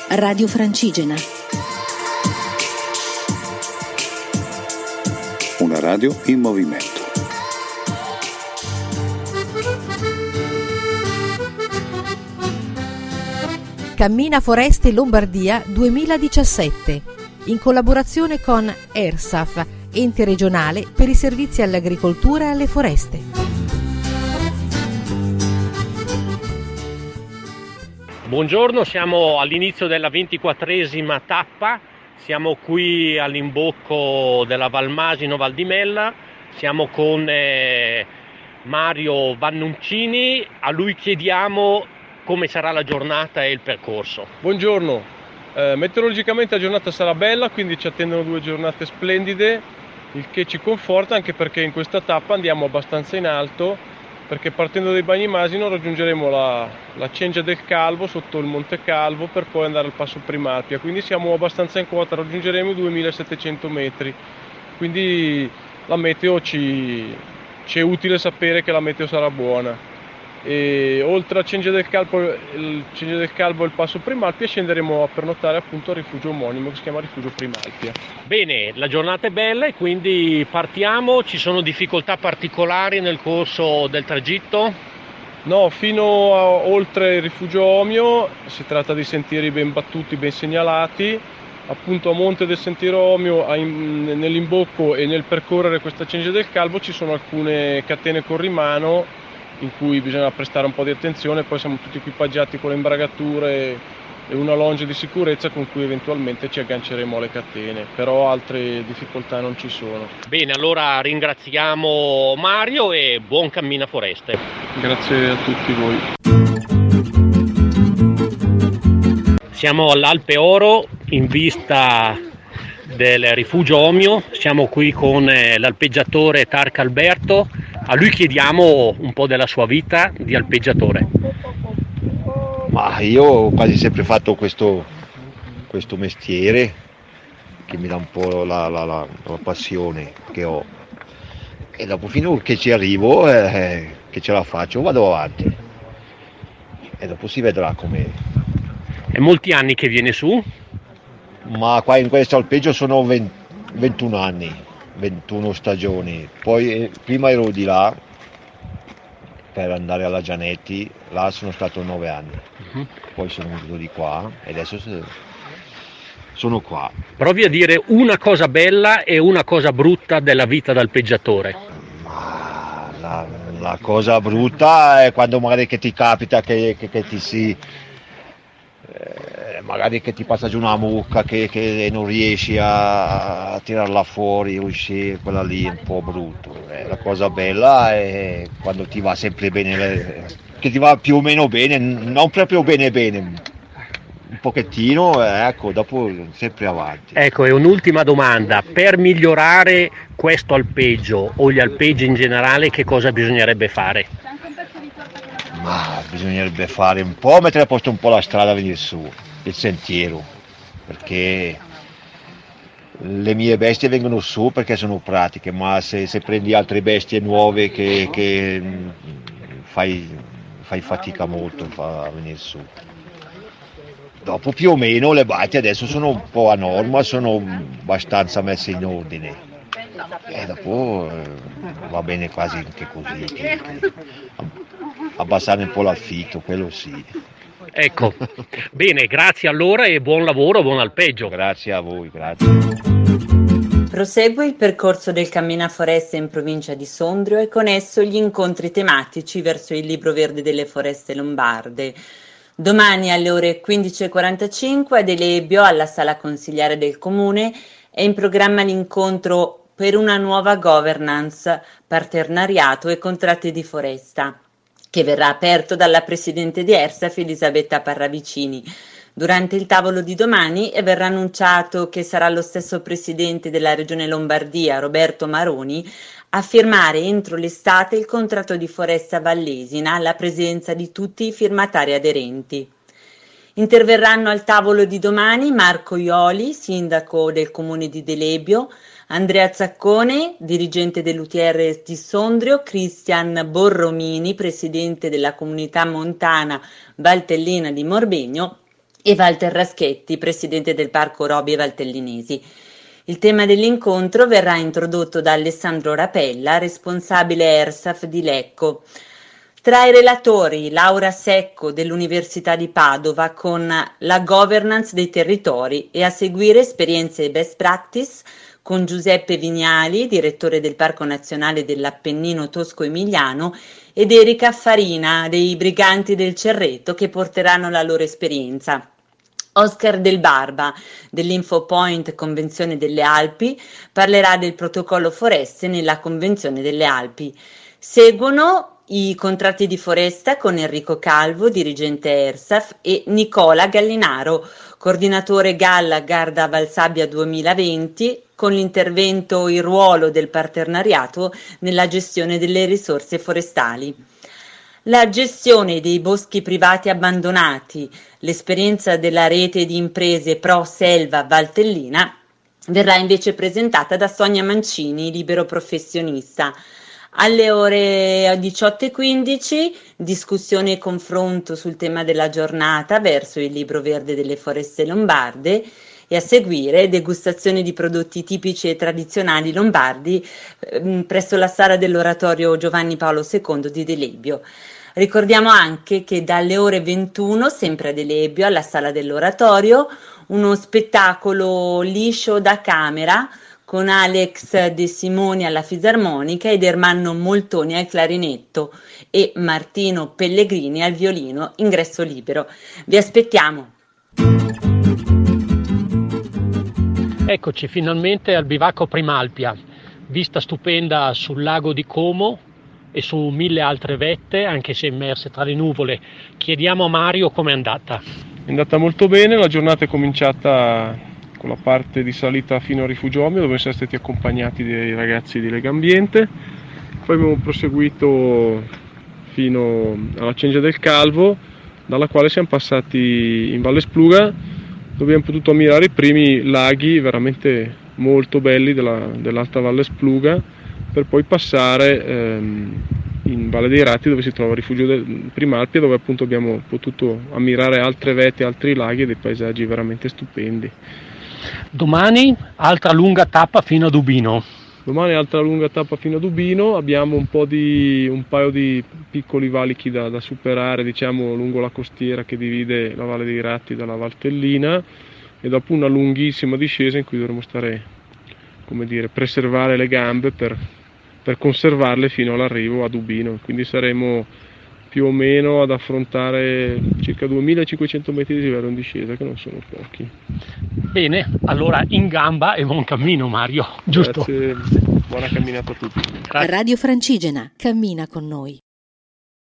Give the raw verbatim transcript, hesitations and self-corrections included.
Radio Francigena. Una radio in movimento. Cammina Foreste Lombardia duemiladiciassette, in collaborazione con ERSAF, ente regionale per i servizi all'agricoltura e alle foreste. Buongiorno, siamo all'inizio della ventiquattresima tappa, siamo qui all'imbocco della Valmasino Val di Mella, siamo con eh, Mario Vannuncini, a lui chiediamo come sarà la giornata e il percorso. Buongiorno, eh, meteorologicamente la giornata sarà bella, quindi ci attendono due giornate splendide, il che ci conforta anche perché in questa tappa andiamo abbastanza in alto, perché partendo dai Bagni Masino raggiungeremo la, la Cengia del Calvo sotto il Monte Calvo per poi andare al Passo Primalpia, quindi siamo abbastanza in quota, raggiungeremo i duemilasettecento metri, quindi la meteo ci, ci è utile sapere che la meteo sarà buona. E oltre a Cengia del Calvo, il Cengia del Calvo e il Passo Primalpia scenderemo a pernotare appunto al rifugio omonimo che si chiama Rifugio Primalpia. Bene, la giornata è bella e quindi partiamo. Ci sono difficoltà particolari nel corso del tragitto? No, fino a, oltre il rifugio Omio si tratta di sentieri ben battuti, ben segnalati. Appunto a monte del sentiero Omio, nell'imbocco e nel percorrere questa Cengia del Calvo ci sono alcune catene corrimano in cui bisogna prestare un po' di attenzione, poi siamo tutti equipaggiati con le imbragature e una longe di sicurezza con cui eventualmente ci agganceremo alle catene, però altre difficoltà non ci sono. Bene, allora ringraziamo Mario e buon cammina foreste. Grazie a tutti voi. Siamo all'Alpe Oro in vista del rifugio Omio, siamo qui con l'alpeggiatore Tarca Alberto. A lui chiediamo un po' della sua vita di alpeggiatore. Ma io ho quasi sempre fatto questo, questo mestiere che mi dà un po' la, la, la, la passione che ho. E dopo fino che ci arrivo, eh, che ce la faccio, vado avanti. E dopo si vedrà com'è. È molti anni che viene su? Ma qua in questo alpeggio sono venti, ventuno anni. ventuno stagioni, poi eh, prima ero di là per andare alla Gianetti, là sono stato nove anni, uh-huh. Poi sono venuto di qua e adesso sono qua. Provi a dire una cosa bella e una cosa brutta della vita d'alpeggiatore. Ma la, la cosa brutta è quando magari che ti capita che, che, che ti si... Eh, magari che ti passa giù una mucca che, che non riesci a, a tirarla fuori, uscire, quella lì è un po' brutto. Eh, la cosa bella è quando ti va sempre bene, che ti va più o meno bene, non proprio bene bene, un pochettino, eh, ecco, dopo sempre avanti. Ecco, e un'ultima domanda, per migliorare questo alpeggio o gli alpeggi in generale che cosa bisognerebbe fare? Ma bisognerebbe fare un po', mettere a posto un po' la strada a venire su, il sentiero, perché le mie bestie vengono su perché sono pratiche, ma se, se prendi altre bestie nuove che, che fai, fai fatica molto a venire su. Dopo più o meno le batte adesso sono un po' a norma, sono abbastanza messe in ordine. E dopo eh, va bene quasi anche così, che, che abbassare un po' l'affitto, quello sì. Ecco, bene, grazie allora e buon lavoro, buon alpeggio. Grazie a voi, grazie. Prosegue il percorso del Cammina Foreste in provincia di Sondrio e con esso gli incontri tematici verso il Libro Verde delle Foreste Lombarde. Domani alle ore quindici e quarantacinque ad Elebio, alla Sala Consigliare del Comune, è in programma l'incontro per una nuova governance, partenariato e contratti di foresta, che verrà aperto dalla Presidente di ERSAF Elisabetta Parravicini. Durante il tavolo di domani verrà annunciato che sarà lo stesso Presidente della Regione Lombardia, Roberto Maroni, a firmare entro l'estate il contratto di foresta vallesina alla presenza di tutti i firmatari aderenti. Interverranno al tavolo di domani Marco Ioli, sindaco del comune di Delebio, Andrea Zaccone, dirigente dell'U T R di Sondrio, Cristian Borromini, presidente della comunità montana Valtellina di Morbegno, e Walter Raschetti, presidente del Parco Robbie Valtellinesi. Il tema dell'incontro verrà introdotto da Alessandro Rapella, responsabile ERSAF di Lecco. Tra i relatori Laura Secco dell'Università di Padova con la governance dei territori e a seguire esperienze e best practice con Giuseppe Vignali, direttore del Parco Nazionale dell'Appennino Tosco-Emiliano, ed Erika Farina dei Briganti del Cerreto che porteranno la loro esperienza. Oscar Del Barba dell'Infopoint Convenzione delle Alpi parlerà del protocollo foreste nella Convenzione delle Alpi. Seguono i contratti di foresta con Enrico Calvo, dirigente ERSAF, e Nicola Gallinaro, coordinatore Galla Garda Valsabbia duemilaventi, con l'intervento Il ruolo del partenariato nella gestione delle risorse forestali. La gestione dei boschi privati abbandonati, l'esperienza della rete di imprese Pro Selva Valtellina, verrà invece presentata da Sonia Mancini, libero professionista. Alle ore diciotto e quindici discussione e confronto sul tema della giornata verso il libro verde delle foreste lombarde e a seguire degustazione di prodotti tipici e tradizionali lombardi eh, presso la sala dell'oratorio Giovanni Paolo secondo di Delebbio. Ricordiamo anche che dalle ore ventuno, sempre a Delebbio, alla sala dell'oratorio, uno spettacolo liscio da camera con Alex De Simoni alla fisarmonica ed Ermanno Moltoni al clarinetto e Martino Pellegrini al violino, ingresso libero. Vi aspettiamo! Eccoci finalmente al bivacco Primalpia, vista stupenda sul lago di Como e su mille altre vette, anche se immerse tra le nuvole. Chiediamo a Mario com'è andata. È andata molto bene, la giornata è cominciata con la parte di salita fino a Rifugiomio, dove siamo stati accompagnati dai ragazzi di Lega Ambiente. Poi abbiamo proseguito fino alla Cengia del Calvo, dalla quale siamo passati in Valle Spluga, dove abbiamo potuto ammirare i primi laghi veramente molto belli della, dell'Alta Valle Spluga, per poi passare ehm, in Valle dei Ratti, dove si trova il rifugio del Primalpia, dove appunto abbiamo potuto ammirare altre vette, altri laghi e dei paesaggi veramente stupendi. Domani altra lunga tappa fino a Dubino. Domani altra lunga tappa fino a Dubino, abbiamo un po' di un paio di piccoli valichi da, da superare, diciamo, lungo la costiera che divide la Valle dei Ratti dalla Valtellina, e dopo una lunghissima discesa in cui dovremo stare, come dire, preservare le gambe per, per conservarle fino all'arrivo a Dubino. Quindi saremo più o meno ad affrontare circa duemilacinquecento metri di livello in discesa, che non sono pochi. Bene, allora in gamba e buon cammino Mario, giusto? Grazie, buona camminata a tutti. Radio Francigena, cammina con noi.